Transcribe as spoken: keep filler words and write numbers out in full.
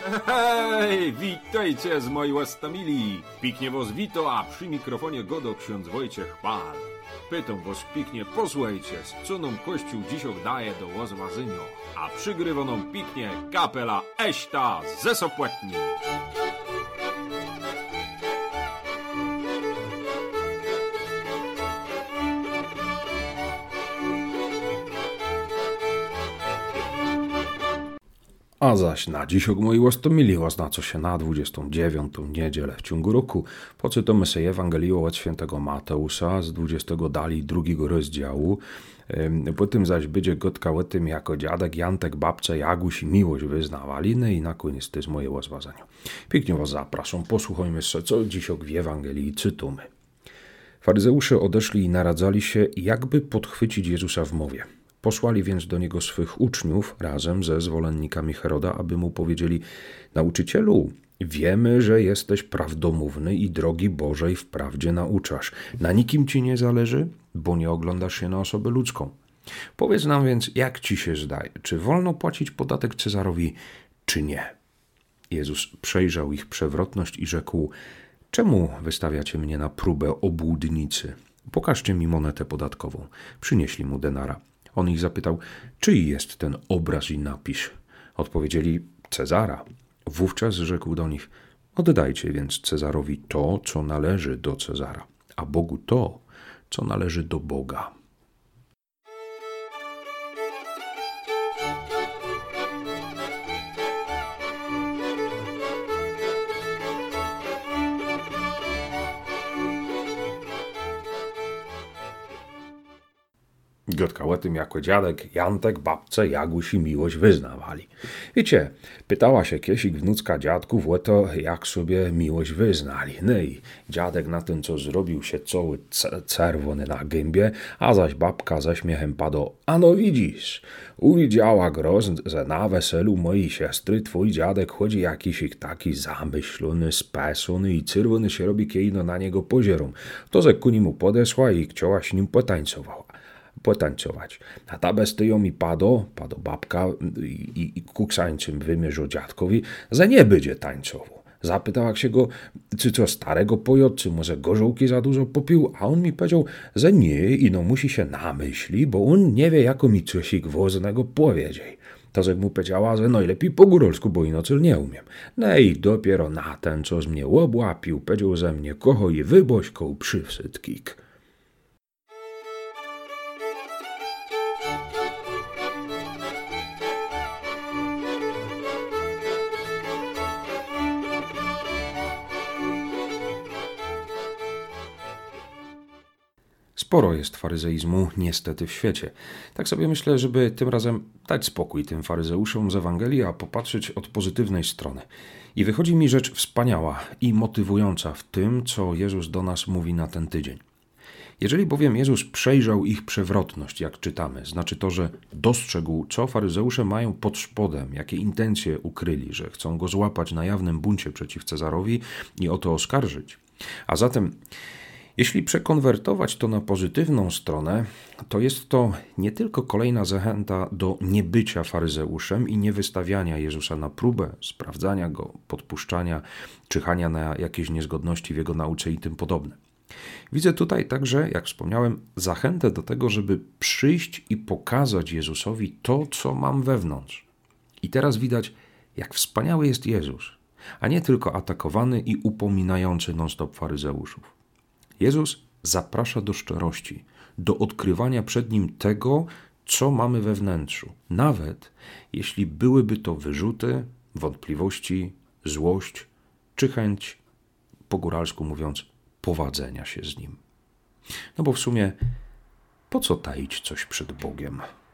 Hej, witajcie z mojej łastamili. Piknie was wito, a przy mikrofonie godo ksiądz Wojciech Pal. Pytam was piknie, posłuchajcie, z co nam Kościół dzisiaj daje do łazwazynio, a przygrywa nam piknie kapela Eśta ze Sopłetni. A zaś na dziś moi łastomili oznacza się na dwudziestą dziewiątą niedzielę w ciągu roku. Poczytamy sobie Ewangelię od świętego Mateusza z dwudziestego dali drugiego rozdziału. Potem zaś będzie gotka o tym, jako dziadek, Jantek, babcia, Jaguś i miłość wyznawali. No i na koniec to jest moje łazwazanie. Pięknie was zapraszam, posłuchajmy sobie, co dziś w Ewangelii czytamy. Faryzeusze odeszli i naradzali się, jakby podchwycić Jezusa w mowie. Posłali więc do niego swych uczniów razem ze zwolennikami Heroda, aby mu powiedzieli: nauczycielu, wiemy, że jesteś prawdomówny i drogi Bożej wprawdzie nauczasz. Na nikim ci nie zależy, bo nie oglądasz się na osobę ludzką. Powiedz nam więc, jak ci się zdaje, czy wolno płacić podatek Cezarowi, czy nie? Jezus przejrzał ich przewrotność i rzekł: czemu wystawiacie mnie na próbę, obłudnicy? Pokażcie mi monetę podatkową. Przynieśli mu denara. On ich zapytał: czyj jest ten obraz i napis? Odpowiedzieli: Cezara. Wówczas rzekł do nich: oddajcie więc Cezarowi to, co należy do Cezara, a Bogu to, co należy do Boga. Gotka o tym, jako dziadek, Jantek, babcia, Jaguś i miłość wyznawali. Wiecie, pytała się kiesik wnucka dziadków o to, jak sobie miłość wyznali. No i dziadek na tym, co zrobił, się cały czerwony na gębie, a zaś babka ze śmiechem padł: ano widzisz, uwidziała groz, że na weselu mojej siostry twój dziadek chodzi jakiś taki zamyślony, spesony i czerwony się robi, kiedy na niego pozierą. To ze ku nimu podeszła i chciała z nim potańcowała. potańcować. A ta bestyją mi pado, pado babka i, i, i kuksańcym wymierzył dziadkowi, że nie będzie tańcował. Zapytał jak się go, czy co starego pojął, czy może gorzołki za dużo popił, a on mi powiedział, że nie i no musi się namyśli, bo on nie wie, jako mi cosik woznego powiedziej. To że mu powiedziała, że najlepiej po górolsku, bo inaczej nie umiem. No i dopiero na ten, co z mnie obłapił, powiedział, że mnie kocho i wybośką przywsytkik. Sporo jest faryzeizmu niestety w świecie. Tak sobie myślę, żeby tym razem dać spokój tym faryzeuszom z Ewangelii, a popatrzeć od pozytywnej strony. I wychodzi mi rzecz wspaniała i motywująca w tym, co Jezus do nas mówi na ten tydzień. Jeżeli bowiem Jezus przejrzał ich przewrotność, jak czytamy, znaczy to, że dostrzegł, co faryzeusze mają pod spodem, jakie intencje ukryli, że chcą go złapać na jawnym buncie przeciw Cezarowi i o to oskarżyć. A zatem jeśli przekonwertować to na pozytywną stronę, to jest to nie tylko kolejna zachęta do niebycia faryzeuszem i niewystawiania Jezusa na próbę, sprawdzania go, podpuszczania, czyhania na jakieś niezgodności w jego nauce i tym podobne. Widzę tutaj także, jak wspomniałem, zachętę do tego, żeby przyjść i pokazać Jezusowi to, co mam wewnątrz. I teraz widać, jak wspaniały jest Jezus, a nie tylko atakowany i upominający non-stop faryzeuszów. Jezus zaprasza do szczerości, do odkrywania przed Nim tego, co mamy we wnętrzu. Nawet jeśli byłyby to wyrzuty, wątpliwości, złość czy chęć, po góralsku mówiąc, powadzenia się z Nim. No bo w sumie po co taić coś przed Bogiem?